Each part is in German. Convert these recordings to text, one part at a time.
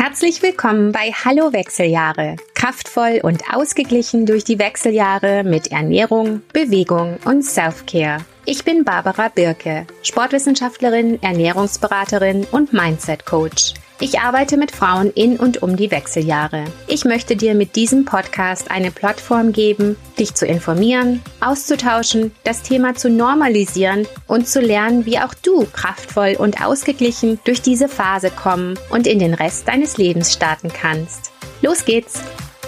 Herzlich willkommen bei Hallo Wechseljahre. Kraftvoll und ausgeglichen durch die Wechseljahre mit Ernährung, Bewegung und Self-Care. Ich bin Barbara Birke, Sportwissenschaftlerin, Ernährungsberaterin und Mindset-Coach. Ich arbeite mit Frauen in und um die Wechseljahre. Ich möchte dir mit diesem Podcast eine Plattform geben, dich zu informieren, auszutauschen, das Thema zu normalisieren und zu lernen, wie auch du kraftvoll und ausgeglichen durch diese Phase kommen und in den Rest deines Lebens starten kannst. Los geht's!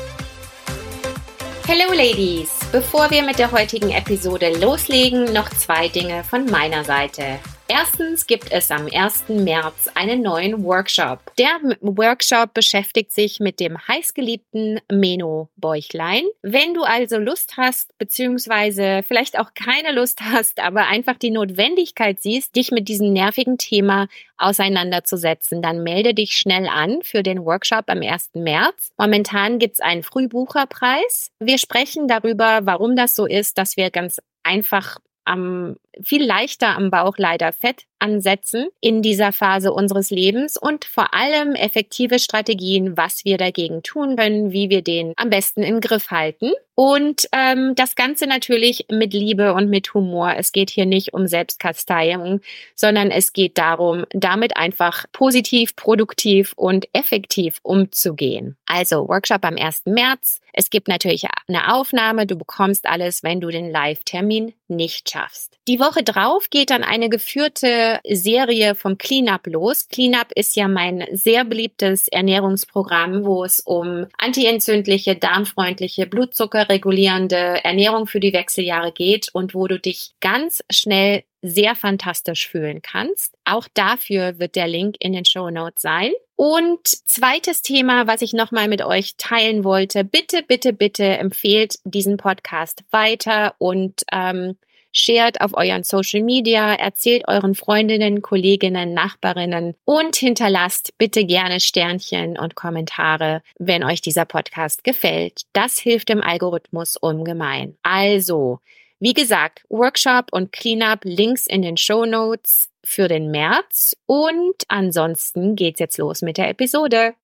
Hello Ladies! Bevor wir mit der heutigen Episode loslegen, noch 2 Dinge von meiner Seite. Erstens gibt es am 1. März einen neuen Workshop. Der Workshop beschäftigt sich mit dem heißgeliebten Menobäuchlein. Wenn du also Lust hast, beziehungsweise vielleicht auch keine Lust hast, aber einfach die Notwendigkeit siehst, dich mit diesem nervigen Thema auseinanderzusetzen, dann melde dich schnell an für den Workshop am 1. März. Momentan gibt es einen Frühbucherpreis. Wir sprechen darüber, warum das so ist, dass wir ganz einfach viel leichter am Bauch leider Fett ansetzen in dieser Phase unseres Lebens und vor allem effektive Strategien, was wir dagegen tun können, wie wir den am besten im Griff halten. Und das Ganze natürlich mit Liebe und mit Humor. Es geht hier nicht um Selbstkasteiung, sondern es geht darum, damit einfach positiv, produktiv und effektiv umzugehen. Also Workshop am 1. März. Es gibt natürlich eine Aufnahme. Du bekommst alles, wenn du den Live-Termin nicht schaffst. Die Woche drauf geht dann eine geführte Serie vom Cleanup los. Cleanup ist ja mein sehr beliebtes Ernährungsprogramm, wo es um antientzündliche, darmfreundliche, blutzuckerregulierende Ernährung für die Wechseljahre geht und wo du dich ganz schnell sehr fantastisch fühlen kannst. Auch dafür wird der Link in den Shownotes sein. Und zweites Thema, was ich nochmal mit euch teilen wollte, bitte, bitte, bitte empfehlt diesen Podcast weiter und shared auf euren Social Media, erzählt euren Freundinnen, Kolleginnen, Nachbarinnen und hinterlasst bitte gerne Sternchen und Kommentare, wenn euch dieser Podcast gefällt. Das hilft dem Algorithmus ungemein. Also, wie gesagt, Workshop und Cleanup, Links in den Shownotes für den März und ansonsten geht's jetzt los mit der Episode.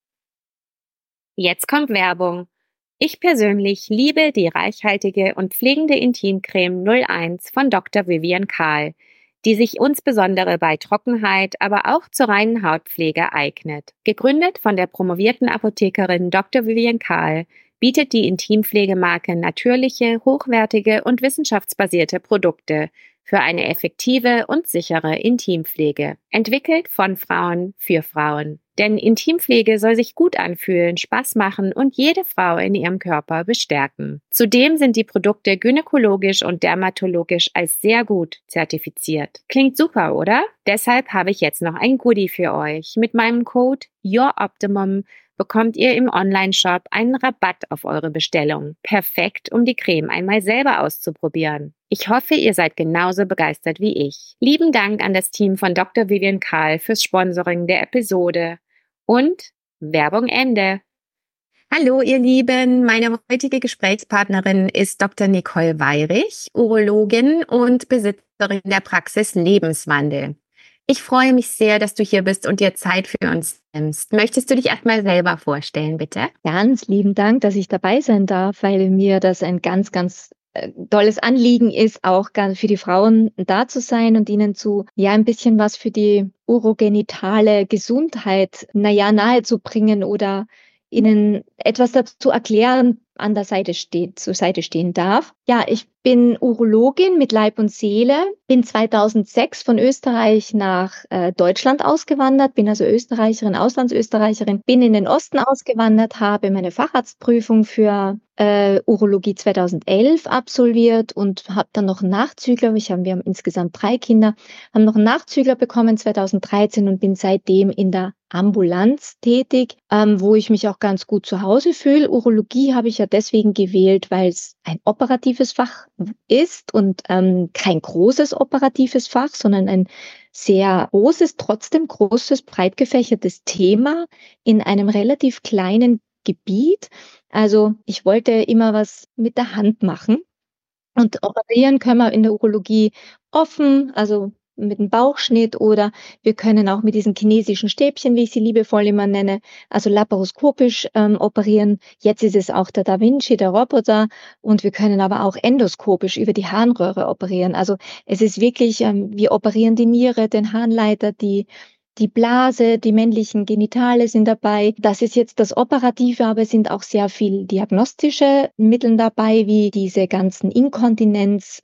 Jetzt kommt Werbung. Ich persönlich liebe die reichhaltige und pflegende Intimcreme 01 von Dr. Vivian Kahl, die sich insbesondere bei Trockenheit, aber auch zur reinen Hautpflege eignet. Gegründet von der promovierten Apothekerin Dr. Vivian Kahl bietet die Intimpflegemarke natürliche, hochwertige und wissenschaftsbasierte Produkte für eine effektive und sichere Intimpflege. Entwickelt von Frauen für Frauen. Denn Intimpflege soll sich gut anfühlen, Spaß machen und jede Frau in ihrem Körper bestärken. Zudem sind die Produkte gynäkologisch und dermatologisch als sehr gut zertifiziert. Klingt super, oder? Deshalb habe ich jetzt noch ein Goodie für euch. Mit meinem Code YourOptimum bekommt ihr im Onlineshop einen Rabatt auf eure Bestellung. Perfekt, um die Creme einmal selber auszuprobieren. Ich hoffe, ihr seid genauso begeistert wie ich. Lieben Dank an das Team von Dr. Vivian Kahl fürs Sponsoring der Episode. Und Werbung Ende. Hallo ihr Lieben, meine heutige Gesprächspartnerin ist Dr. Nicole Weyrich, Urologin und Besitzerin der Praxis Lebenswandel. Ich freue mich sehr, dass du hier bist und dir Zeit für uns nimmst. Möchtest du dich erstmal selber vorstellen, bitte? Ganz lieben Dank, dass ich dabei sein darf, weil mir das ein ganz, ganz tolles Anliegen ist, auch für die Frauen da zu sein und ihnen ein bisschen was für die urogenitale Gesundheit, nahezubringen oder ihnen etwas dazu erklären, zur Seite stehen darf. Ja, ich bin Urologin mit Leib und Seele, bin 2006 von Österreich nach Deutschland ausgewandert, bin also Österreicherin, Auslandsösterreicherin, bin in den Osten ausgewandert, habe meine Facharztprüfung für Urologie 2011 absolviert und habe dann noch einen Nachzügler, wir haben insgesamt 3 Kinder, haben noch einen Nachzügler bekommen 2013 und bin seitdem in der Ambulanz tätig, wo ich mich auch ganz gut zu Hause fühle. Urologie habe ich ja deswegen gewählt, weil es ein operatives Fach ist und kein großes operatives Fach, sondern ein sehr großes, trotzdem großes, breit gefächertes Thema in einem relativ kleinen Gebiet. Also ich wollte immer was mit der Hand machen und operieren können wir in der Urologie offen, also mit einem Bauchschnitt oder wir können auch mit diesen chinesischen Stäbchen, wie ich sie liebevoll immer nenne, also laparoskopisch operieren. Jetzt ist es auch der Da Vinci, der Roboter, und wir können aber auch endoskopisch über die Harnröhre operieren. Also es ist wirklich, wir operieren die Niere, den Harnleiter, die Blase, die männlichen Genitale sind dabei. Das ist jetzt das Operative, aber es sind auch sehr viel diagnostische Mittel dabei, wie diese ganzen Inkontinenz,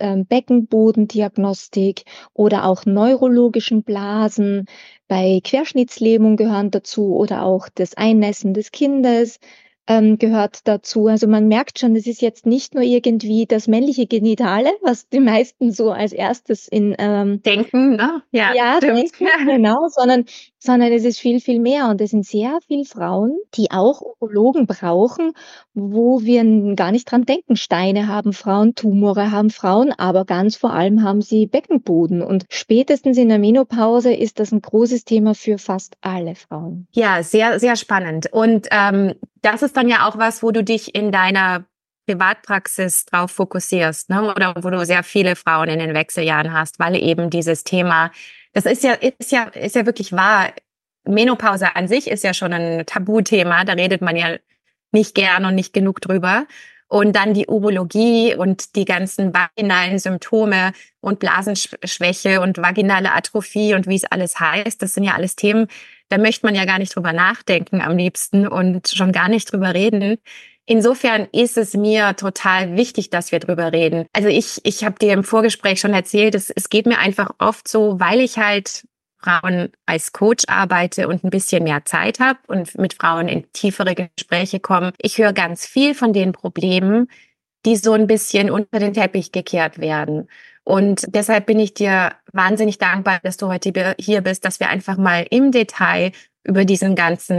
Beckenbodendiagnostik oder auch neurologischen Blasen. Bei Querschnittslähmung gehören dazu oder auch das Einnässen des Kindes gehört dazu. Also man merkt schon, es ist jetzt nicht nur irgendwie das männliche Genitale, was die meisten so als erstes in Denken, ne? Ja, ja, stimmt. denken, genau, sondern es ist viel, viel mehr. Und es sind sehr viel Frauen, die auch Urologen brauchen, wo wir gar nicht dran denken. Steine haben Frauen, Tumore haben Frauen, aber ganz vor allem haben sie Beckenboden. Und spätestens in der Menopause ist das ein großes Thema für fast alle Frauen. Ja, sehr, sehr spannend. Und das ist dann ja auch was, wo du dich in deiner Privatpraxis drauf fokussierst, ne? Oder wo du sehr viele Frauen in den Wechseljahren hast, weil eben dieses Thema, das ist ja wirklich wahr. Menopause an sich ist ja schon ein Tabuthema, da redet man ja nicht gern und nicht genug drüber. Und dann die Urologie und die ganzen vaginalen Symptome und Blasenschwäche und vaginale Atrophie und wie es alles heißt, das sind ja alles Themen, da möchte man ja gar nicht drüber nachdenken am liebsten und schon gar nicht drüber reden. Insofern ist es mir total wichtig, dass wir drüber reden. Also ich habe dir im Vorgespräch schon erzählt, es geht mir einfach oft so, weil ich halt Frauen als Coach arbeite und ein bisschen mehr Zeit habe und mit Frauen in tiefere Gespräche komme. Ich höre ganz viel von den Problemen, die so ein bisschen unter den Teppich gekehrt werden. Und deshalb bin ich dir wahnsinnig dankbar, dass du heute hier bist, dass wir einfach mal im Detail über diese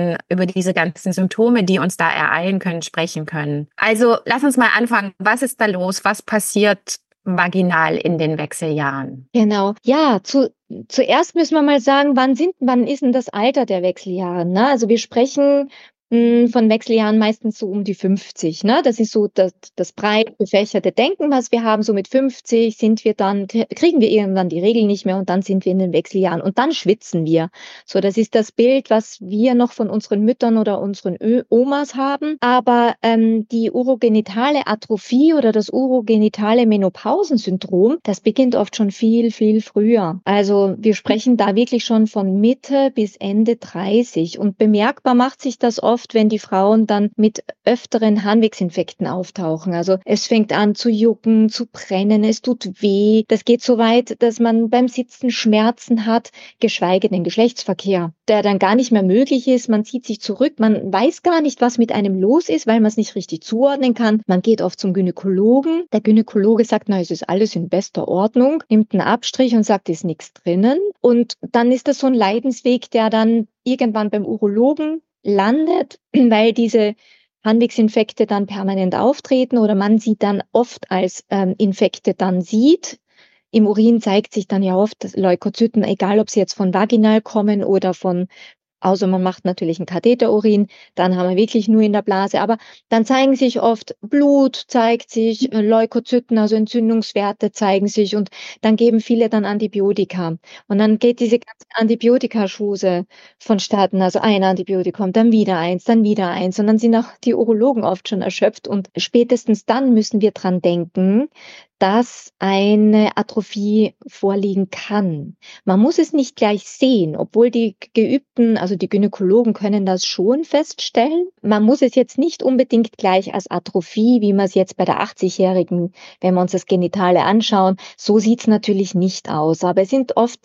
ganzen Symptome, die uns da ereilen können, sprechen können. Also lass uns mal anfangen. Was ist da los? Was passiert vaginal in den Wechseljahren? Genau. Ja, zuerst müssen wir mal sagen, wann ist denn das Alter der Wechseljahre, ne? Also, wir sprechen, von Wechseljahren meistens so um die 50, ne? Das ist so das breit gefächerte Denken, was wir haben. So mit 50 sind wir dann kriegen wir irgendwann die Regel nicht mehr und dann sind wir in den Wechseljahren und dann schwitzen wir. So, das ist das Bild, was wir noch von unseren Müttern oder unseren Omas haben. Aber, die urogenitale Atrophie oder das urogenitale Menopausensyndrom, das beginnt oft schon viel, viel früher. Also, wir sprechen da wirklich schon von Mitte bis Ende 30 und bemerkbar macht sich das oft, wenn die Frauen dann mit öfteren Harnwegsinfekten auftauchen. Also, es fängt an zu jucken, zu brennen, es tut weh. Das geht so weit, dass man beim Sitzen Schmerzen hat, geschweige denn Geschlechtsverkehr, der dann gar nicht mehr möglich ist. Man zieht sich zurück, man weiß gar nicht, was mit einem los ist, weil man es nicht richtig zuordnen kann. Man geht oft zum Gynäkologen. Der Gynäkologe sagt, na, es ist alles in bester Ordnung, nimmt einen Abstrich und sagt, ist nichts drinnen. Und dann ist das so ein Leidensweg, der dann irgendwann beim Urologen landet, weil diese Harnwegsinfekte dann permanent auftreten oder man sie dann oft als Infekte dann sieht. Im Urin zeigt sich dann ja oft dass Leukozyten, egal ob sie jetzt von vaginal kommen oder von außer man macht natürlich 'n Katheterurin, dann haben wir wirklich nur in der Blase. Aber dann zeigen sich oft Blut zeigt sich, Leukozyten, also Entzündungswerte zeigen sich und dann geben viele dann Antibiotika. Und dann geht diese ganze Antibiotika-Schuse vonstatten. Also ein Antibiotikum, dann wieder eins und dann sind auch die Urologen oft schon erschöpft und spätestens dann müssen wir dran denken, dass eine Atrophie vorliegen kann. Man muss es nicht gleich sehen, obwohl die Geübten, also die Gynäkologen können das schon feststellen. Man muss es jetzt nicht unbedingt gleich als Atrophie, wie man es jetzt bei der 80-Jährigen, wenn wir uns das Genitale anschauen, so sieht's natürlich nicht aus. Aber es sind oft,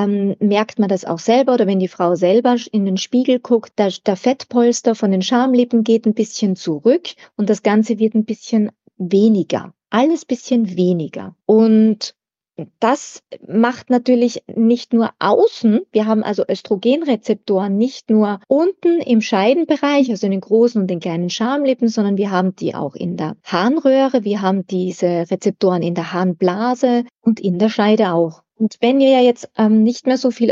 merkt man das auch selber oder wenn die Frau selber in den Spiegel guckt, der Fettpolster von den Schamlippen geht ein bisschen zurück und das Ganze wird ein bisschen weniger. Alles bisschen weniger. Und das macht natürlich nicht nur außen, wir haben also Östrogenrezeptoren nicht nur unten im Scheidenbereich, also in den großen und den kleinen Schamlippen, sondern wir haben die auch in der Harnröhre, wir haben diese Rezeptoren in der Harnblase und in der Scheide auch. Und wenn wir ja jetzt nicht mehr so viel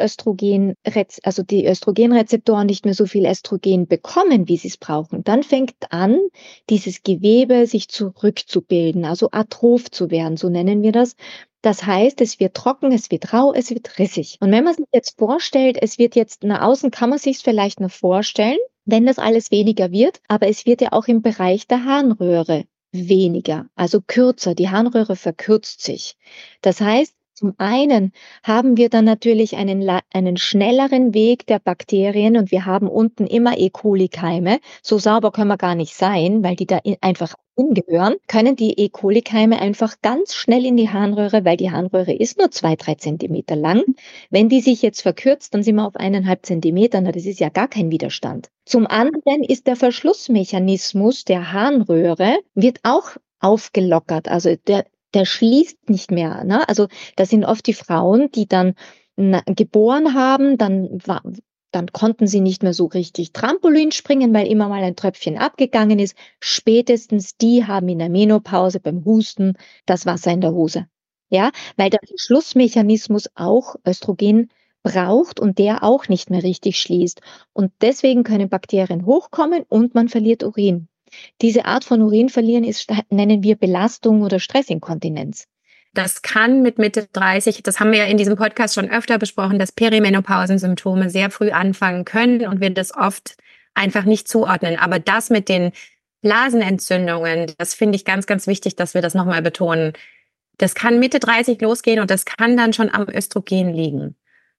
also die Östrogenrezeptoren nicht mehr so viel Östrogen bekommen, wie sie es brauchen, dann fängt an, dieses Gewebe sich zurückzubilden, also atroph zu werden, so nennen wir das. Das heißt, es wird trocken, es wird rau, es wird rissig. Und wenn man sich jetzt vorstellt, es wird jetzt nach außen, kann man sich es vielleicht noch vorstellen, wenn das alles weniger wird, aber es wird ja auch im Bereich der Harnröhre weniger, also kürzer. Die Harnröhre verkürzt sich. Das heißt, zum einen haben wir dann natürlich einen schnelleren Weg der Bakterien und wir haben unten immer E. coli-Keime. So sauber können wir gar nicht sein, weil die da einfach hingehören. Können die E. coli-Keime einfach ganz schnell in die Harnröhre, weil die Harnröhre ist nur 2, 3 Zentimeter lang. Wenn die sich jetzt verkürzt, dann sind wir auf 1,5 Zentimeter. Na, das ist ja gar kein Widerstand. Zum anderen ist der Verschlussmechanismus der Harnröhre wird auch aufgelockert. Also der schließt nicht mehr. Ne? Also das sind oft die Frauen, die dann geboren haben, dann konnten sie nicht mehr so richtig Trampolin springen, weil immer mal ein Tröpfchen abgegangen ist. Spätestens die haben in der Menopause beim Husten das Wasser in der Hose. Ja, weil der Schlussmechanismus auch Östrogen braucht und der auch nicht mehr richtig schließt. Und deswegen können Bakterien hochkommen und man verliert Urin. Diese Art von Urinverlieren nennen wir Belastung oder Stressinkontinenz. Das kann mit Mitte 30, das haben wir ja in diesem Podcast schon öfter besprochen, dass Perimenopausensymptome sehr früh anfangen können und wir das oft einfach nicht zuordnen. Aber das mit den Blasenentzündungen, das finde ich ganz, ganz wichtig, dass wir das nochmal betonen. Das kann Mitte 30 losgehen und das kann dann schon am Östrogen liegen.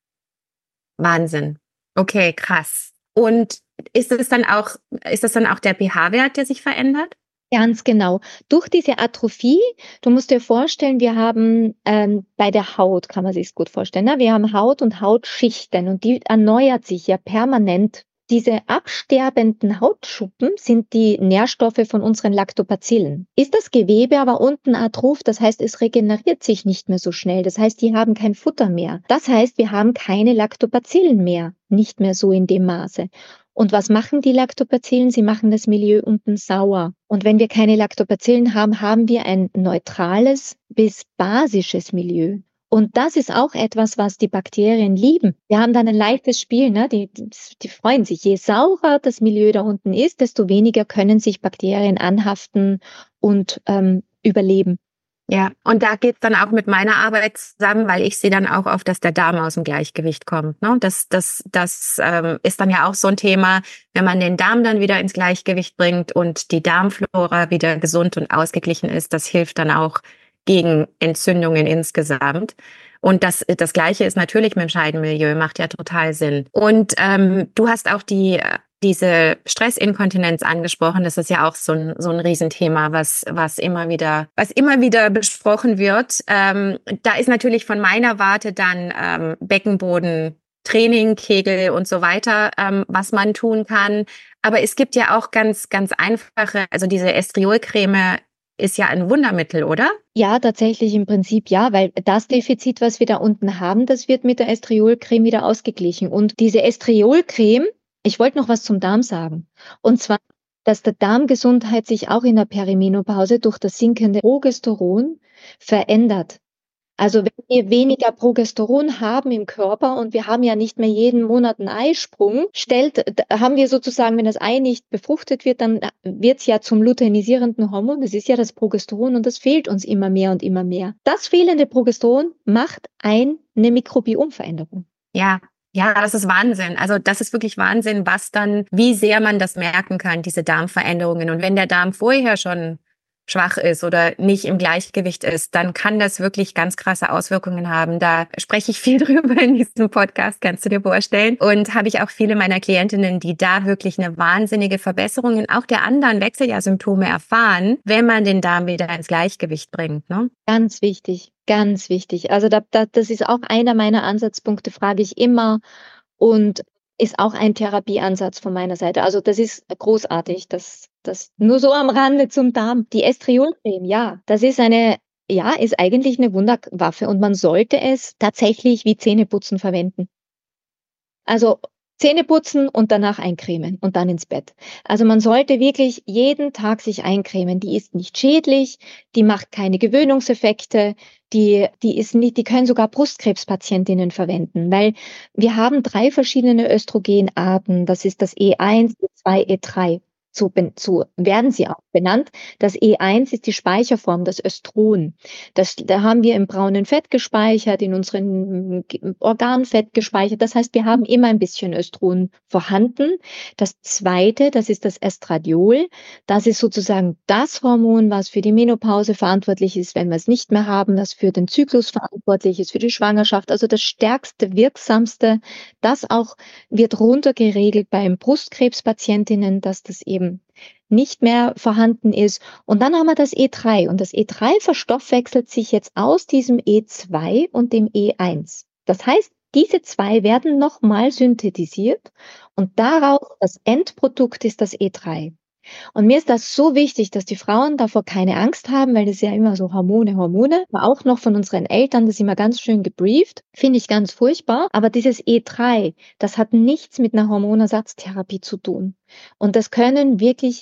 Wahnsinn. Okay, krass. Und ist das dann auch der pH-Wert, der sich verändert? Ganz genau. Durch diese Atrophie, du musst dir vorstellen, wir haben bei der Haut, kann man sich gut vorstellen, ne? Wir haben Haut und Hautschichten und die erneuert sich ja permanent. Diese absterbenden Hautschuppen sind die Nährstoffe von unseren Lactobacillen. Ist das Gewebe aber unten atroph, das heißt, es regeneriert sich nicht mehr so schnell. Das heißt, die haben kein Futter mehr. Das heißt, wir haben keine Lactobacillen mehr, nicht mehr so in dem Maße. Und was machen die Lactobacillen? Sie machen das Milieu unten sauer. Und wenn wir keine Lactobacillen haben, haben wir ein neutrales bis basisches Milieu. Und das ist auch etwas, was die Bakterien lieben. Wir haben dann ein leichtes Spiel, ne? Die freuen sich. Je saurer das Milieu da unten ist, desto weniger können sich Bakterien anhaften und überleben. Ja, und da geht's dann auch mit meiner Arbeit zusammen, weil ich sehe dann auch oft, dass der Darm aus dem Gleichgewicht kommt. Ne? Das ist dann ja auch so ein Thema, wenn man den Darm dann wieder ins Gleichgewicht bringt und die Darmflora wieder gesund und ausgeglichen ist, das hilft dann auch gegen Entzündungen insgesamt. Und das Gleiche ist natürlich mit dem Scheidenmilieu, macht ja total Sinn. Und du hast auch diese Stressinkontinenz angesprochen. Das ist ja auch so ein Riesenthema, was immer wieder besprochen wird. Da ist natürlich von meiner Warte dann Beckenboden, Training, Kegel und so weiter, was man tun kann. Aber es gibt ja auch ganz, ganz einfache, also diese Estriolcreme ist ja ein Wundermittel, oder? Ja, tatsächlich im Prinzip ja, weil das Defizit, was wir da unten haben, das wird mit der Estriolcreme wieder ausgeglichen. Und diese Estriolcreme, ich wollte noch was zum Darm sagen. Und zwar, dass der Darmgesundheit sich auch in der Perimenopause durch das sinkende Progesteron verändert. Also wenn wir weniger Progesteron haben im Körper und wir haben ja nicht mehr jeden Monat einen Eisprung, haben wir sozusagen, wenn das Ei nicht befruchtet wird, dann wird es ja zum luteinisierenden Hormon. Das ist ja das Progesteron und das fehlt uns immer mehr und immer mehr. Das fehlende Progesteron macht eine Mikrobiomveränderung. Ja. Ja, das ist Wahnsinn. Also das ist wirklich Wahnsinn, wie sehr man das merken kann, diese Darmveränderungen. Und wenn der Darm vorher schon schwach ist oder nicht im Gleichgewicht ist, dann kann das wirklich ganz krasse Auswirkungen haben. Da spreche ich viel drüber in diesem Podcast, kannst du dir vorstellen. Und habe ich auch viele meiner Klientinnen, die da wirklich eine wahnsinnige Verbesserung in auch der anderen Wechseljahrsymptome erfahren, wenn man den Darm wieder ins Gleichgewicht bringt. Ne? Ganz wichtig, ganz wichtig. Also das ist auch einer meiner Ansatzpunkte, frage ich immer. Und ist auch ein Therapieansatz von meiner Seite. Also das ist großartig. Das nur so am Rande zum Darm. Die Estriolcreme, ja, das ist ist eigentlich eine Wunderwaffe und man sollte es tatsächlich wie Zähneputzen verwenden. Also Zähne putzen und danach eincremen und dann ins Bett. Also man sollte wirklich jeden Tag sich eincremen. Die ist nicht schädlich, die macht keine Gewöhnungseffekte, die können sogar Brustkrebspatientinnen verwenden, weil wir haben 3 verschiedene Östrogenarten. Das ist das E1, E2, E3. So werden sie auch benannt. Das E1 ist die Speicherform, das Östron. Da haben wir im braunen Fett gespeichert, in unseren Organfett gespeichert. Das heißt, wir haben immer ein bisschen Östrogen vorhanden. Das zweite, das ist das Estradiol. Das ist sozusagen das Hormon, was für die Menopause verantwortlich ist, wenn wir es nicht mehr haben, das für den Zyklus verantwortlich ist, für die Schwangerschaft. Also das stärkste, wirksamste, das auch wird runtergeregelt beim Brustkrebspatientinnen, dass das eben nicht mehr vorhanden ist. Und dann haben wir das E3 und das E3 verstoffwechselt sich jetzt aus diesem E2 und dem E1. Das heißt, diese 2 werden nochmal synthetisiert und daraus das Endprodukt ist das E3. Und mir ist das so wichtig, dass die Frauen davor keine Angst haben, weil das ja immer so Hormone, Hormone, war auch noch von unseren Eltern, das immer ganz schön gebrieft, finde ich ganz furchtbar. Aber dieses E3, das hat nichts mit einer Hormonersatztherapie zu tun. Und das können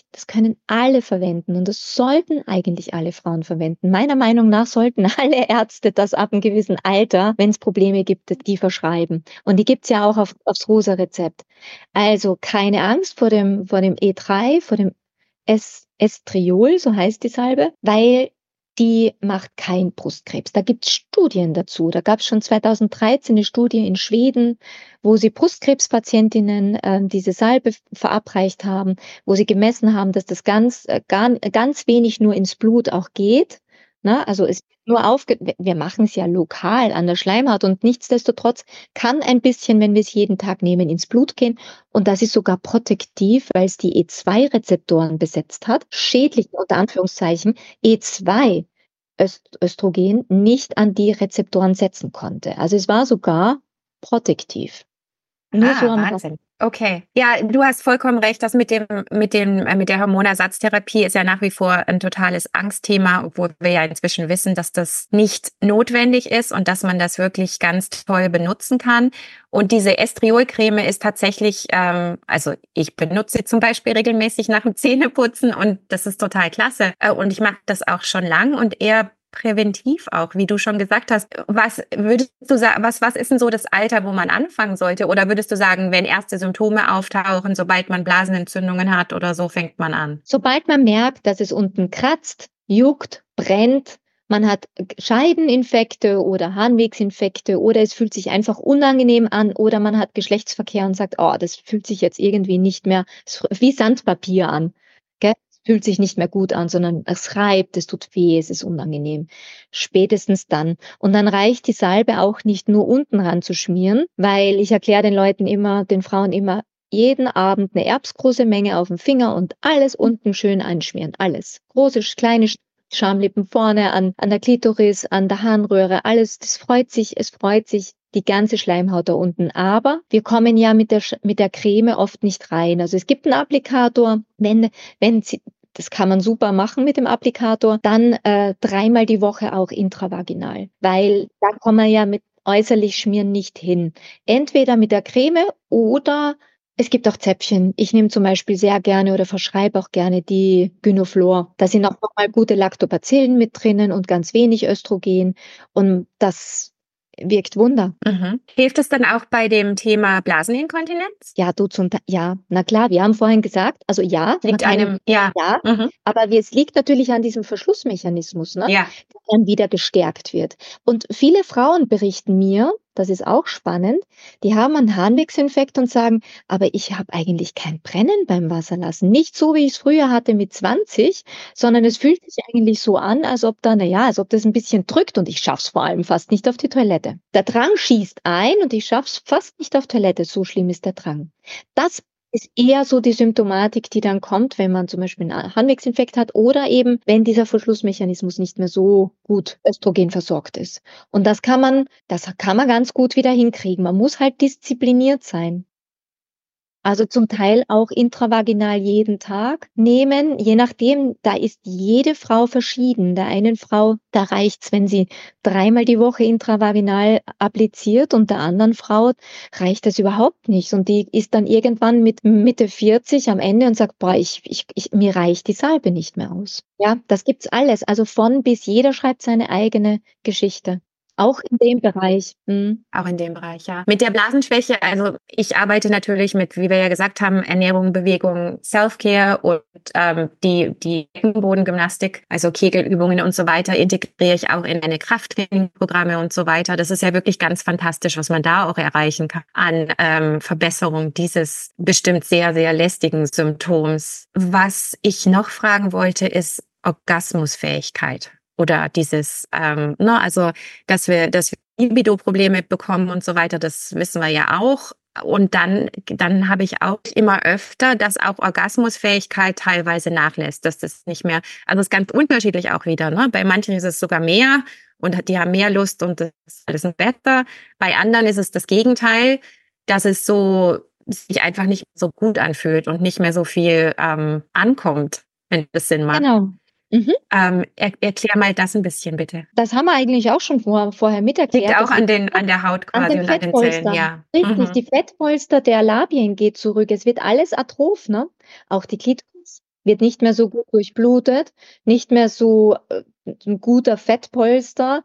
alle verwenden und das sollten eigentlich alle Frauen verwenden. Meiner Meinung nach sollten alle Ärzte das ab einem gewissen Alter, wenn es Probleme gibt, die verschreiben. Und die gibt's ja auch aufs rosa Rezept. Also keine Angst vor dem E3, vor dem Estriol, so heißt die Salbe, weil die macht keinen Brustkrebs. Da gibt's Studien dazu. Da gab's schon 2013 eine Studie in Schweden, wo sie Brustkrebspatientinnen diese Salbe verabreicht haben, wo sie gemessen haben, dass das ganz wenig nur ins Blut auch geht. Ne? Also wir machen es ja lokal an der Schleimhaut und nichtsdestotrotz kann ein bisschen, wenn wir es jeden Tag nehmen, ins Blut gehen. Und das ist sogar protektiv, weil es die E2-Rezeptoren besetzt hat. Schädlich unter Anführungszeichen E2 Östrogen nicht an die Rezeptoren setzen konnte. Also es war sogar protektiv. Nur so am Rand. Wahnsinn. Okay. Ja, du hast vollkommen recht. Das mit der Hormonersatztherapie ist ja nach wie vor ein totales Angstthema, obwohl wir ja inzwischen wissen, dass das nicht notwendig ist und dass man das wirklich ganz toll benutzen kann. Und diese Estriolcreme ist tatsächlich, also ich benutze sie zum Beispiel regelmäßig nach dem Zähneputzen und das ist total klasse. Und ich mache das auch schon lang und eher präventiv auch, wie du schon gesagt hast. Was würdest du sagen, was ist denn so das Alter, wo man anfangen sollte? Oder würdest du sagen, wenn erste Symptome auftauchen, sobald man Blasenentzündungen hat oder so, fängt man an? Sobald man merkt, dass es unten kratzt, juckt, brennt, man hat Scheideninfekte oder Harnwegsinfekte oder es fühlt sich einfach unangenehm an oder man hat Geschlechtsverkehr und sagt, oh, das fühlt sich jetzt irgendwie nicht mehr wie Sandpapier an. Gell? Fühlt sich nicht mehr gut an, sondern es reibt, es tut weh, es ist unangenehm. Spätestens dann. Und dann reicht die Salbe auch nicht nur unten ran zu schmieren, weil ich erkläre den Frauen immer, jeden Abend eine erbsgroße Menge auf den Finger und alles unten schön einschmieren. Alles. Große, kleine Schamlippen vorne, an der Klitoris, an der Harnröhre, alles. Es freut sich die ganze Schleimhaut da unten. Aber wir kommen ja mit der Creme oft nicht rein. Also es gibt einen Applikator, das kann man super machen mit dem Applikator, dann 3-mal die Woche auch intravaginal, weil da kommen wir ja mit äußerlich schmieren nicht hin. Entweder mit der Creme oder es gibt auch Zäpfchen. Ich nehme zum Beispiel sehr gerne oder verschreibe auch gerne die Gynoflor. Da sind auch nochmal gute Lactobacillen mit drinnen und ganz wenig Östrogen. Und das wirkt Wunder. Mhm. Hilft es dann auch bei dem Thema Blaseninkontinenz? Ja, ja, na klar, wir haben vorhin gesagt, also ja, ja. Mhm. Aber es liegt natürlich an diesem Verschlussmechanismus, ne? Ja. Der dann wieder gestärkt wird. Und viele Frauen berichten mir, das ist auch spannend, die haben einen Harnwegsinfekt und sagen, aber ich habe eigentlich kein Brennen beim Wasserlassen. Nicht so, wie ich es früher hatte mit 20, sondern es fühlt sich eigentlich so an, als ob das ein bisschen drückt und ich schaff's vor allem fast nicht auf die Toilette. Der Drang schießt ein und ich schaff's fast nicht auf Toilette. So schlimm ist der Drang. Das ist eher so die Symptomatik, die dann kommt, wenn man zum Beispiel einen Harnwegsinfekt hat oder eben, wenn dieser Verschlussmechanismus nicht mehr so gut Östrogen versorgt ist. Und das kann man ganz gut wieder hinkriegen. Man muss halt diszipliniert sein. Also zum Teil auch intravaginal jeden Tag nehmen, je nachdem, da ist jede Frau verschieden. Der einen Frau, da reicht's, wenn sie dreimal die Woche intravaginal appliziert und der anderen Frau reicht das überhaupt nicht. Und die ist dann irgendwann mit Mitte 40 am Ende und sagt, boah, mir reicht die Salbe nicht mehr aus. Ja, das gibt's alles. Also von bis jeder schreibt seine eigene Geschichte. Auch in dem Bereich. Mhm. Auch in dem Bereich, ja. Mit der Blasenschwäche, also ich arbeite natürlich mit, wie wir ja gesagt haben, Ernährung, Bewegung, Self-Care und die Beckenbodengymnastik, also Kegelübungen und so weiter, integriere ich auch in meine Krafttrainingprogramme und so weiter. Das ist ja wirklich ganz fantastisch, was man da auch erreichen kann an Verbesserung dieses bestimmt sehr, sehr lästigen Symptoms. Was ich noch fragen wollte, ist Orgasmusfähigkeit. Oder dieses, also dass wir Libido-Probleme bekommen und so weiter, das wissen wir ja auch. Und dann habe ich auch immer öfter, dass auch Orgasmusfähigkeit teilweise nachlässt, dass das nicht mehr, also es ist ganz unterschiedlich auch wieder, ne? Bei manchen ist es sogar mehr und die haben mehr Lust und das ist alles besser. Bei anderen ist es das Gegenteil, dass es so sich einfach nicht so gut anfühlt und nicht mehr so viel ankommt, wenn das Sinn macht. Genau. Mhm. Erklär mal das ein bisschen, bitte. Das haben wir eigentlich auch schon vorher miterklärt. Liegt auch an der Haut an quasi den und an den Zellen, ja. Richtig, die Fettpolster der Labien geht zurück. Es wird alles atroph, ne? Auch die Klitoris wird nicht mehr so gut durchblutet, nicht mehr so ein guter Fettpolster.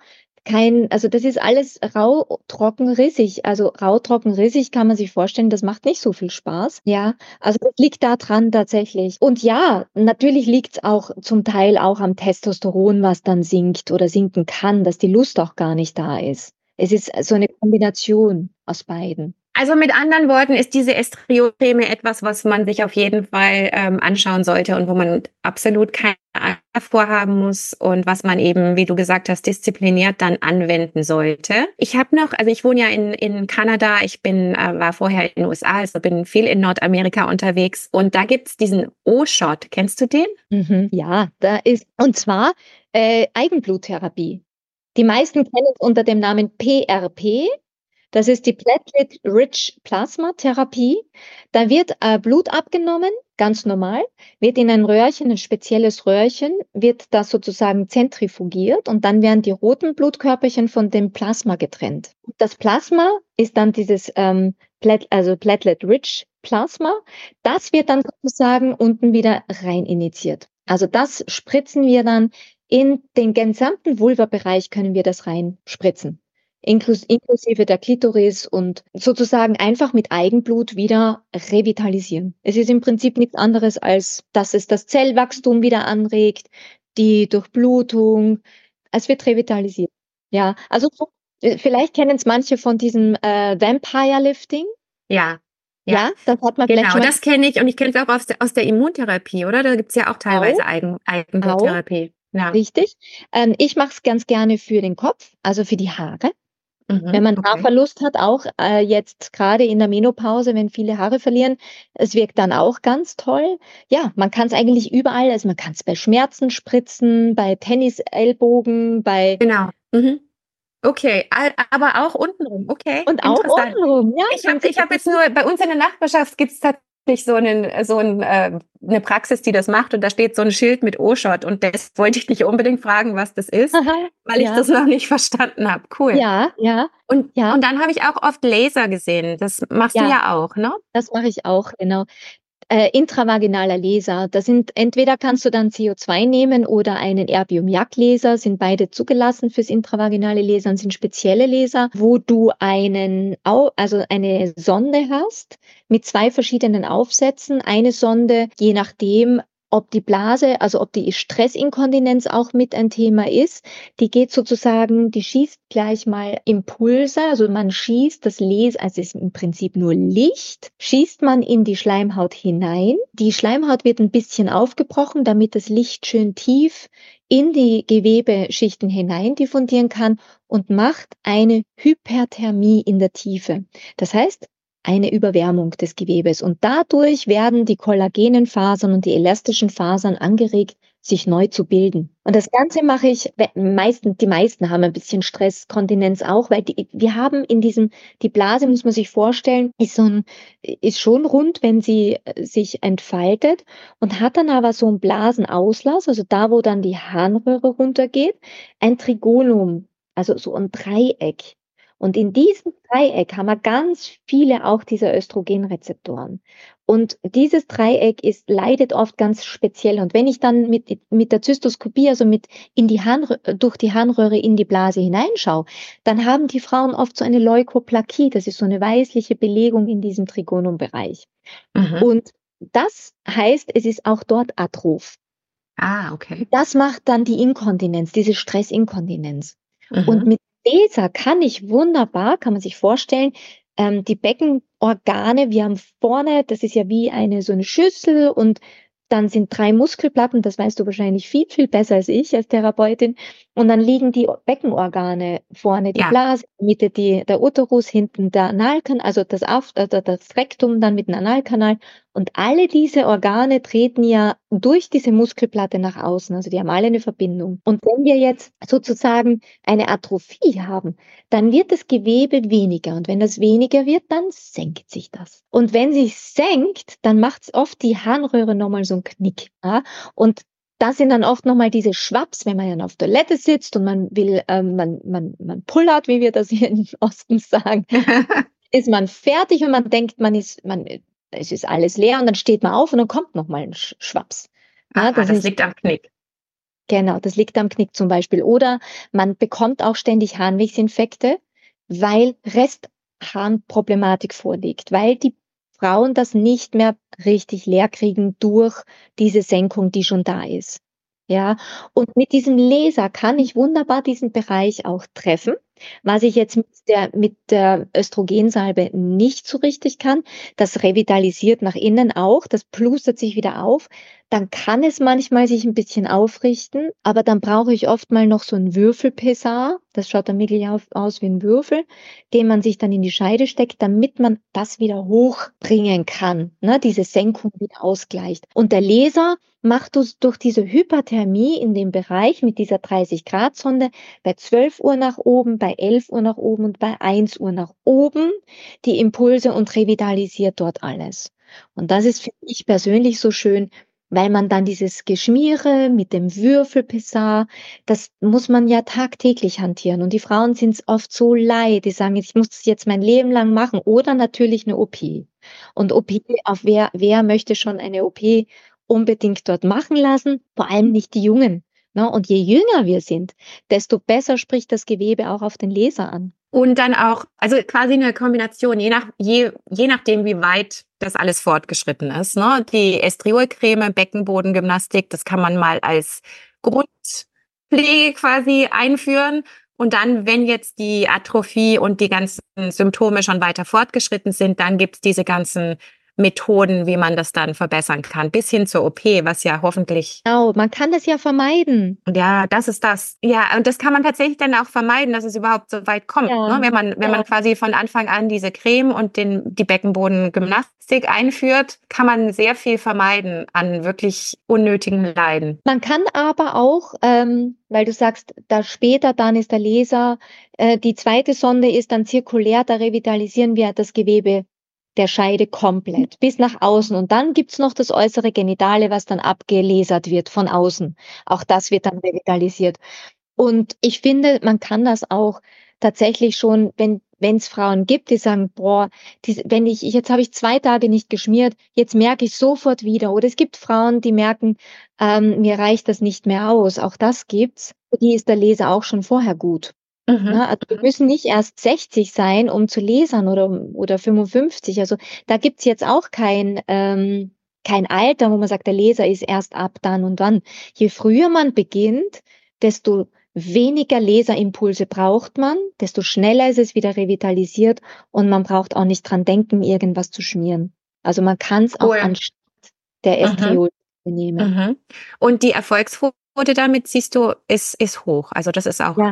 Also das ist alles rau, trocken, rissig. Also rau, trocken, rissig kann man sich vorstellen, das macht nicht so viel Spaß. Ja, also das liegt da dran tatsächlich. Und ja, natürlich liegt es auch zum Teil auch am Testosteron, was dann sinkt oder sinken kann, dass die Lust auch gar nicht da ist. Es ist so eine Kombination aus beiden. Also mit anderen Worten ist diese Estriocreme etwas, was man sich auf jeden Fall anschauen sollte und wo man absolut keine Angst vorhaben muss und was man eben, wie du gesagt hast, diszipliniert dann anwenden sollte. Ich habe noch, also ich wohne ja in Kanada, war vorher in den USA, also bin viel in Nordamerika unterwegs und da gibt's diesen O-Shot. Kennst du den? Ja, und zwar Eigenbluttherapie. Die meisten kennen es unter dem Namen PRP. Das ist die Platelet-Rich Plasma Therapie. Da wird Blut abgenommen, ganz normal, wird in ein Röhrchen, ein spezielles Röhrchen, wird das sozusagen zentrifugiert und dann werden die roten Blutkörperchen von dem Plasma getrennt. Das Plasma ist dann dieses Platelet-Rich Plasma. Das wird dann sozusagen unten wieder rein injiziert. Also das spritzen wir dann in den gesamten Vulva-Bereich, können wir das rein spritzen. Inklusive der Klitoris und sozusagen einfach mit Eigenblut wieder revitalisieren. Es ist im Prinzip nichts anderes, als dass es das Zellwachstum wieder anregt, die Durchblutung. Es wird revitalisiert. Ja, also vielleicht kennen es manche von diesem Vampire Lifting. Ja. Ja, das hat man vielleicht Genau, schon mal. das kenne ich und ich kenne es auch aus der Immuntherapie, oder? Da gibt's ja auch teilweise Eigenbluttherapie. Ja. Richtig. Ich mache es ganz gerne für den Kopf, also für die Haare. Wenn man Haarverlust hat, auch jetzt gerade in der Menopause, wenn viele Haare verlieren, es wirkt dann auch ganz toll. Ja, man kann es eigentlich überall, also man kann es bei Schmerzen spritzen, bei Tennisellbogen, bei... Genau. Okay, aber auch untenrum, okay. Und auch untenrum, ja. Ich hab jetzt nur, bei uns in der Nachbarschaft gibt's tatsächlich eine Praxis, die das macht und da steht so ein Schild mit O-Shot und das wollte ich dich unbedingt fragen, was das ist, weil ich das noch nicht verstanden habe. Cool. Ja. Und dann habe ich auch oft Laser gesehen. Das machst du ja auch, ne? Das mache ich auch, genau. Intravaginaler Laser. Entweder kannst du dann CO2 nehmen oder einen Erbium-YAG-Laser, sind beide zugelassen fürs intravaginale Lasern, sind spezielle Laser, wo du eine Sonde hast mit 2 verschiedenen Aufsätzen. Eine Sonde, je nachdem, ob die Blase, also ob die Stressinkontinenz auch mit ein Thema ist, die schießt gleich mal Impulse, also man schießt das Laser, also es ist im Prinzip nur Licht, schießt man in die Schleimhaut hinein. Die Schleimhaut wird ein bisschen aufgebrochen, damit das Licht schön tief in die Gewebeschichten hinein diffundieren kann und macht eine Hyperthermie in der Tiefe. Das heißt, eine Überwärmung des Gewebes. Und dadurch werden die kollagenen Fasern und die elastischen Fasern angeregt, sich neu zu bilden. Und das Ganze mache ich, die meisten haben ein bisschen Stresskontinenz auch, weil wir haben die Blase muss man sich vorstellen, ist schon rund, wenn sie sich entfaltet und hat dann aber so einen Blasenauslass, also da, wo dann die Harnröhre runtergeht, ein Trigonum, also so ein Dreieck. Und in diesem Dreieck haben wir ganz viele auch dieser Östrogenrezeptoren. Und dieses Dreieck leidet oft ganz speziell. Und wenn ich dann mit der Zystoskopie, also durch die Harnröhre in die Blase hineinschaue, dann haben die Frauen oft so eine Leukoplakie. Das ist so eine weißliche Belegung in diesem Trigonumbereich. Mhm. Und das heißt, es ist auch dort Atroph. Ah, okay. Das macht dann die Inkontinenz, diese Stressinkontinenz. Und Mhm. mit Laser kann man sich vorstellen, die Beckenorgane, wir haben vorne, das ist ja wie so eine Schüssel und dann sind 3 Muskelplatten, das weißt du wahrscheinlich viel, viel besser als ich als Therapeutin. Und dann liegen die Beckenorgane vorne, die Ja. Blase, Mitte der Uterus, hinten der Analkanal, also das Rektum dann mit dem Analkanal. Und alle diese Organe treten ja durch diese Muskelplatte nach außen, also die haben alle eine Verbindung. Und wenn wir jetzt sozusagen eine Atrophie haben, dann wird das Gewebe weniger. Und wenn das weniger wird, dann senkt sich das. Und wenn sich senkt, dann macht es oft die Harnröhre nochmal so einen Knick. Ja? Und das sind dann oft nochmal diese Schwaps, wenn man dann auf Toilette sitzt und man will, man pullert, wie wir das hier im Osten sagen, ist man fertig und man denkt, es ist alles leer und dann steht man auf und dann kommt nochmal ein Schwaps. Ja, Aha, das das ist liegt am Knick. Genau, das liegt am Knick zum Beispiel. Oder man bekommt auch ständig Harnwegsinfekte, weil Restharnproblematik vorliegt, weil die Frauen das nicht mehr richtig leer kriegen durch diese Senkung, die schon da ist. Ja, und mit diesem Laser kann ich wunderbar diesen Bereich auch treffen, was ich jetzt mit der Östrogensalbe nicht so richtig kann. Das revitalisiert nach innen auch, das plustert sich wieder auf. Dann kann es manchmal sich ein bisschen aufrichten, aber dann brauche ich oft mal noch so 'n Würfelpessar. Das schaut dann wirklich aus wie ein Würfel, den man sich dann in die Scheide steckt, damit man das wieder hochbringen kann, ne, diese Senkung wieder ausgleicht. Und der Laser macht durch diese Hyperthermie in dem Bereich mit dieser 30-Grad-Sonde bei 12 Uhr nach oben, bei 11 Uhr nach oben und bei 1 Uhr nach oben die Impulse und revitalisiert dort alles. Und das ist für mich persönlich so schön, weil man dann dieses Geschmiere mit dem Würfelpessar, das muss man ja tagtäglich hantieren. Und die Frauen sind es oft so leid, die sagen: „Ich muss das jetzt mein Leben lang machen“, oder natürlich eine OP. Und OP, auf wer möchte schon eine OP unbedingt dort machen lassen? Vor allem nicht die Jungen, ne? Und je jünger wir sind, desto besser spricht das Gewebe auch auf den Laser an. Und dann auch, also quasi eine Kombination, je nachdem, wie weit das alles fortgeschritten ist, ne? Die Estriolcreme, Beckenbodengymnastik, das kann man mal als Grundpflege quasi einführen. Und dann, wenn jetzt die Atrophie und die ganzen Symptome schon weiter fortgeschritten sind, dann gibt's diese ganzen Methoden, wie man das dann verbessern kann, bis hin zur OP, was ja hoffentlich. Genau, man kann das ja vermeiden. Ja, das ist das. Ja, und das kann man tatsächlich dann auch vermeiden, dass es überhaupt so weit kommt, Ja, ne? Wenn man quasi von Anfang an diese Creme und die Beckenbodengymnastik einführt, kann man sehr viel vermeiden an wirklich unnötigen Leiden. Man kann aber auch, weil du sagst, da später dann ist der Laser, die zweite Sonde ist dann zirkulär, da revitalisieren wir das Gewebe der Scheide komplett bis nach außen. Und dann gibt's noch das äußere Genitale, was dann abgelasert wird von außen. Auch das wird dann revitalisiert. Und ich finde, man kann das auch tatsächlich schon, wenn's Frauen gibt, die sagen: „Boah, wenn jetzt habe ich 2 Tage nicht geschmiert, jetzt merke ich sofort wieder.“ Oder es gibt Frauen, die merken, mir reicht das nicht mehr aus. Auch das gibt's. Für die ist der Laser auch schon vorher gut, Mhm. ne? Also, wir müssen nicht erst 60 sein, um zu lasern oder 55. Also, da gibt's jetzt auch kein Alter, wo man sagt, der Laser ist erst ab dann und dann. Je früher man beginnt, desto weniger Laserimpulse braucht man, desto schneller ist es wieder revitalisiert und man braucht auch nicht dran denken, irgendwas zu schmieren. Also, man kann's auch Cool. anstatt der Mhm. Estriol nehmen. Mhm. Und die Erfolgsquote damit, siehst du, ist hoch. Also das ist auch. Ja,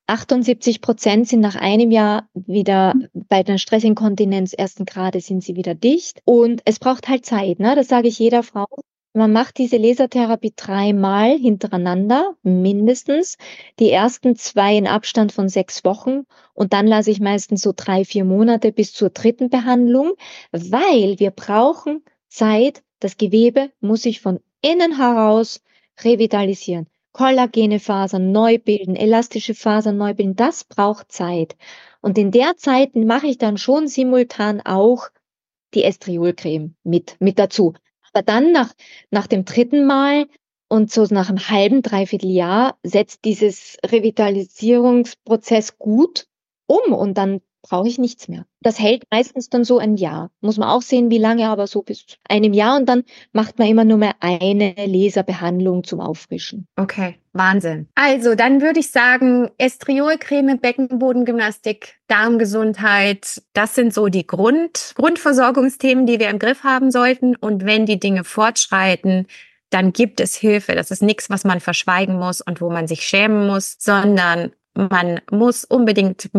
78% sind nach einem Jahr wieder bei der Stressinkontinenz 1. Grades sind sie wieder dicht und es braucht halt Zeit, ne? Das sage ich jeder Frau. Man macht diese Lasertherapie 3-mal hintereinander, mindestens. Die ersten 2 in Abstand von 6 Wochen und dann lasse ich meistens so 3-4 Monate bis zur dritten Behandlung, weil wir brauchen Zeit. Das Gewebe muss sich von innen heraus revitalisieren. Kollagene Fasern neu bilden, elastische Fasern neu bilden, das braucht Zeit. Und in der Zeit mache ich dann schon simultan auch die Estriolcreme mit dazu. Aber dann nach dem dritten Mal und so nach 'nem halben, dreiviertel Jahr setzt dieses Revitalisierungsprozess gut und dann brauche ich nichts mehr. Das hält meistens dann so ein Jahr. Muss man auch sehen, wie lange, aber so bis einem Jahr und dann macht man immer nur mehr eine Laserbehandlung zum Auffrischen. Okay, Wahnsinn. Also, dann würde ich sagen, Estriolcreme, Beckenbodengymnastik, Darmgesundheit, das sind so die Grundversorgungsthemen, die wir im Griff haben sollten. Und wenn die Dinge fortschreiten, dann gibt es Hilfe. Das ist nichts, was man verschweigen muss und wo man sich schämen muss, sondern man muss unbedingt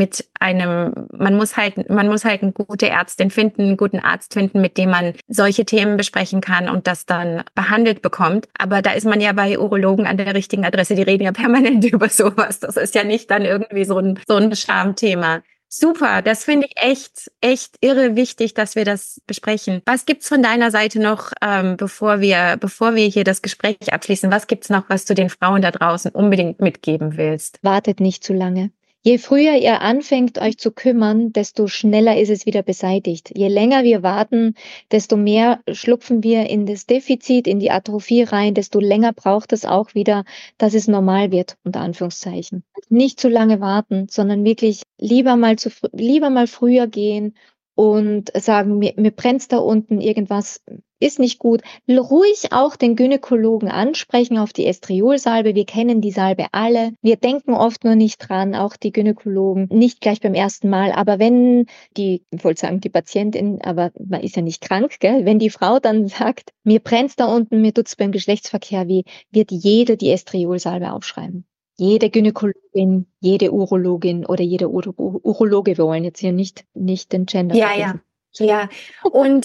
man muss halt eine gute Ärztin finden, einen guten Arzt finden, mit dem man solche Themen besprechen kann und das dann behandelt bekommt. Aber da ist man ja bei Urologen an der richtigen Adresse. Die reden ja permanent über sowas. Das ist ja nicht dann irgendwie so ein Schamthema. Super, das finde ich echt irre wichtig, dass wir das besprechen. Was gibt's von deiner Seite noch, bevor wir hier das Gespräch abschließen? Was gibt's noch, was du den Frauen da draußen unbedingt mitgeben willst? Wartet nicht zu lange. Je früher ihr anfängt, euch zu kümmern, desto schneller ist es wieder beseitigt. Je länger wir warten, desto mehr schlupfen wir in das Defizit, in die Atrophie rein, desto länger braucht es auch wieder, dass es normal wird, unter Anführungszeichen. Nicht zu lange warten, sondern wirklich lieber mal früher gehen und sagen: „Mir brennt's da unten, irgendwas ist nicht gut." Ruhig auch den Gynäkologen ansprechen auf die Estriolsalbe. Wir kennen die Salbe alle. Wir denken oft nur nicht dran, auch die Gynäkologen, nicht gleich beim ersten Mal. Aber wenn ich wollte sagen, die Patientin, aber man ist ja nicht krank, gell? Wenn die Frau dann sagt: „Mir brennt's da unten, mir tut's beim Geschlechtsverkehr weh", wird jede die Estriolsalbe aufschreiben. Jede Gynäkologin, jede Urologin oder jeder Urologe. Wir wollen jetzt hier nicht den Gender Ja, ja, vergessen. ja. Und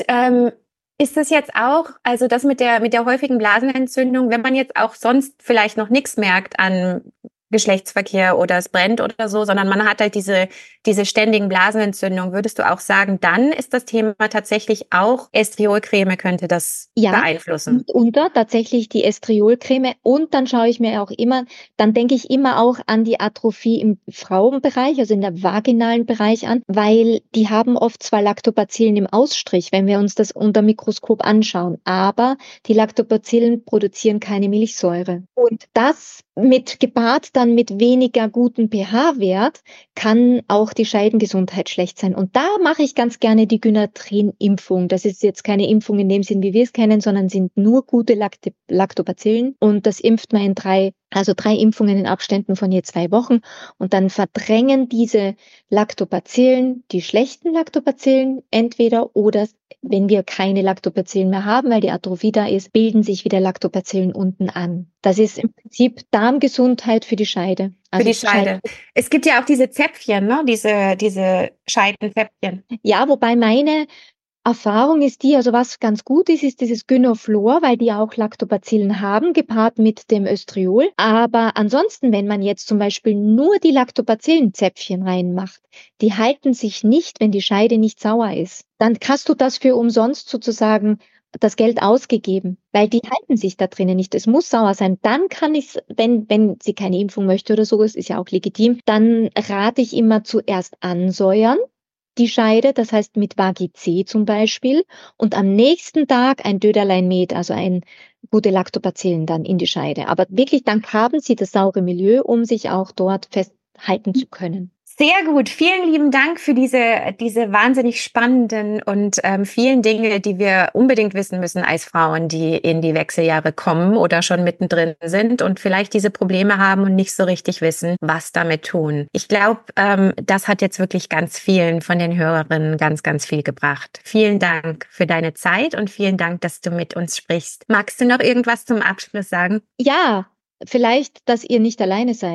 ist das jetzt auch, also das mit der häufigen Blasenentzündung, wenn man jetzt auch sonst vielleicht noch nichts merkt an Geschlechtsverkehr oder es brennt oder so, sondern man hat halt diese ständigen Blasenentzündungen, würdest du auch sagen, dann ist das Thema tatsächlich auch Estriolcreme könnte das Ja, beeinflussen? mitunter tatsächlich die Estriolcreme und dann schaue ich mir auch immer dann denke ich immer auch an die Atrophie im Frauenbereich, also in der vaginalen Bereich an, weil die haben oft zwar Lactobacillen im Ausstrich, wenn wir uns das unter Mikroskop anschauen, aber die Lactobacillen produzieren keine Milchsäure. Und das gepaart dann mit weniger gutem pH-Wert kann auch die Scheidengesundheit schlecht sein. Und da mache ich ganz gerne die Gynatrin-Impfung. Das ist jetzt keine Impfung in dem Sinn, wie wir es kennen, sondern sind nur gute Lactobacillen. Und das impft man in 3 Impfungen in Abständen von je 2 Wochen. Und dann verdrängen diese Lactobacillen die schlechten Lactobacillen entweder oder wenn wir keine Lactobacillen mehr haben, weil die Atrophie da ist, bilden sich wieder Lactobacillen unten an. Das ist im Prinzip Darmgesundheit für die Scheide. Für die Scheide. Es gibt ja auch diese Zäpfchen, ne? Diese Scheidenzäpfchen. Ja, wobei meine Erfahrung ist die, also was ganz gut ist, ist dieses Gynoflor, weil die auch Lactobacillen haben, gepaart mit dem Östriol. Aber ansonsten, wenn man jetzt zum Beispiel nur die Lactobacillenzäpfchen reinmacht, die halten sich nicht, wenn die Scheide nicht sauer ist. Dann hast du das für umsonst sozusagen das Geld ausgegeben, weil die halten sich da drinnen nicht. Es muss sauer sein. Dann kann ich's, wenn sie keine Impfung möchte oder so, es ist ja auch legitim, dann rate ich immer zuerst ansäuern die Scheide, das heißt mit Vagi-C zum Beispiel, und am nächsten Tag ein Döderlein Met, also ein gute Lactobacillen dann in die Scheide. Aber wirklich, dann haben sie das saure Milieu, um sich auch dort festhalten zu können. Sehr gut. Vielen lieben Dank für diese wahnsinnig spannenden und vielen Dinge, die wir unbedingt wissen müssen als Frauen, die in die Wechseljahre kommen oder schon mittendrin sind und vielleicht diese Probleme haben und nicht so richtig wissen, was damit tun. Ich glaube, das hat jetzt wirklich ganz vielen von den Hörerinnen ganz, ganz viel gebracht. Vielen Dank für deine Zeit und vielen Dank, dass du mit uns sprichst. Magst du noch irgendwas zum Abschluss sagen? Ja, vielleicht, dass ihr nicht alleine seid.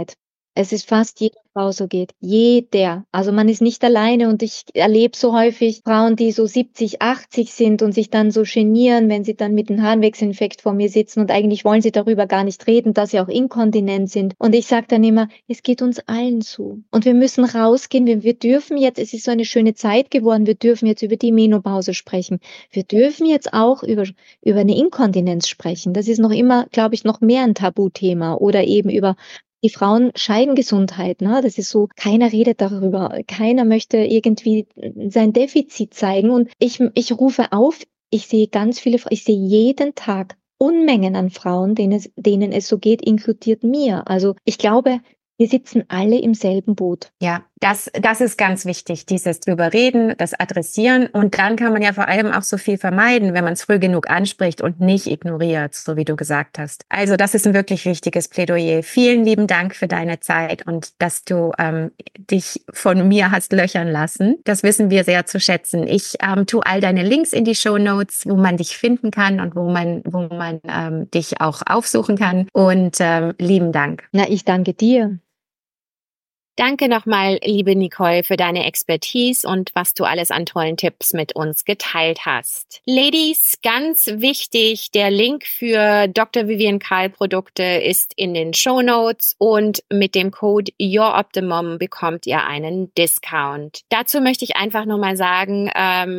es ist fast jeder Frau so geht. Jeder. Also man ist nicht alleine und ich erlebe so häufig Frauen, die so 70, 80 sind und sich dann so genieren, wenn sie dann mit einem Harnwegsinfekt vor mir sitzen und eigentlich wollen sie darüber gar nicht reden, dass sie auch inkontinent sind. Und ich sage dann immer, es geht uns allen zu. Und wir müssen rausgehen. Wir dürfen jetzt, es ist so eine schöne Zeit geworden, wir dürfen jetzt über die Menopause sprechen. Wir dürfen jetzt auch über eine Inkontinenz sprechen. Das ist noch immer, glaube ich, noch mehr ein Tabuthema. Oder eben über die Frauenscheidengesundheit, ne? Das ist so, keiner redet darüber. Keiner möchte irgendwie sein Defizit zeigen. Und ich rufe auf, ich sehe ganz viele, ich sehe jeden Tag Unmengen an Frauen, denen es so geht, inkludiert mir. Also ich glaube, wir sitzen alle im selben Boot. Ja, das ist ganz wichtig, dieses drüber reden, das adressieren. Und dann kann man ja vor allem auch so viel vermeiden, wenn man es früh genug anspricht und nicht ignoriert, so wie du gesagt hast. Also das ist ein wirklich wichtiges Plädoyer. Vielen lieben Dank für deine Zeit und dass du dich von mir hast löchern lassen. Das wissen wir sehr zu schätzen. Ich tue all deine Links in die Shownotes, wo man dich finden kann und wo man dich auch aufsuchen kann. Und lieben Dank. Na, ich danke dir. Danke nochmal, liebe Nicole, für deine Expertise und was du alles an tollen Tipps mit uns geteilt hast. Ladies, ganz wichtig, der Link für Dr. Vivian Kahl Produkte ist in den Shownotes und mit dem Code YourOptimum bekommt ihr einen Discount. Dazu möchte ich einfach nochmal sagen,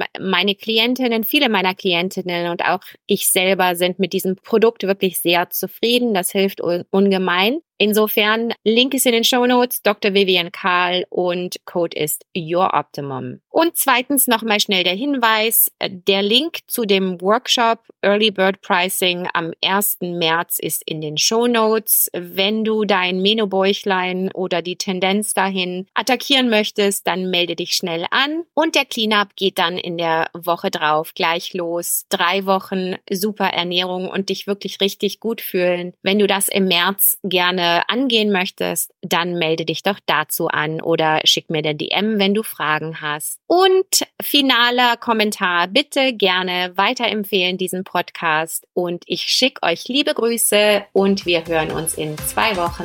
viele meiner Klientinnen und auch ich selber sind mit diesem Produkt wirklich sehr zufrieden. Das hilft ungemein. Insofern, Link ist in den Shownotes, Dr. Vivian Kahl und Code ist YourOptimum. Und zweitens nochmal schnell der Hinweis, der Link zu dem Workshop Early Bird Pricing am 1. März ist in den Shownotes. Wenn du dein Menobäuchlein oder die Tendenz dahin attackieren möchtest, dann melde dich schnell an. Und der Cleanup geht dann in der Woche drauf gleich los. 3 Wochen super Ernährung und dich wirklich richtig gut fühlen. Wenn du das im März gerne angehen möchtest, dann melde dich doch dazu an oder schick mir eine DM, wenn du Fragen hast. Und finaler Kommentar, bitte gerne weiterempfehlen diesen Podcast und ich schicke euch liebe Grüße und wir hören uns in 2 Wochen.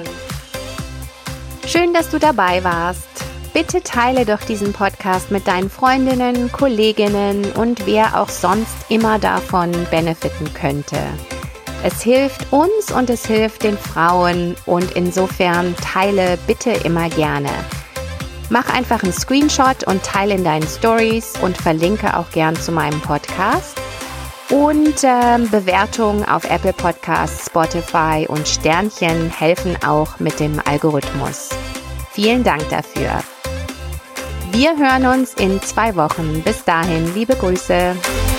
Schön, dass du dabei warst. Bitte teile doch diesen Podcast mit deinen Freundinnen, Kolleginnen und wer auch sonst immer davon benefiten könnte. Es hilft uns und es hilft den Frauen und insofern teile bitte immer gerne. Mach einfach einen Screenshot und teile in deinen Stories und verlinke auch gern zu meinem Podcast. Und Bewertungen auf Apple Podcasts, Spotify und Sternchen helfen auch mit dem Algorithmus. Vielen Dank dafür. Wir hören uns in 2 Wochen. Bis dahin, liebe Grüße.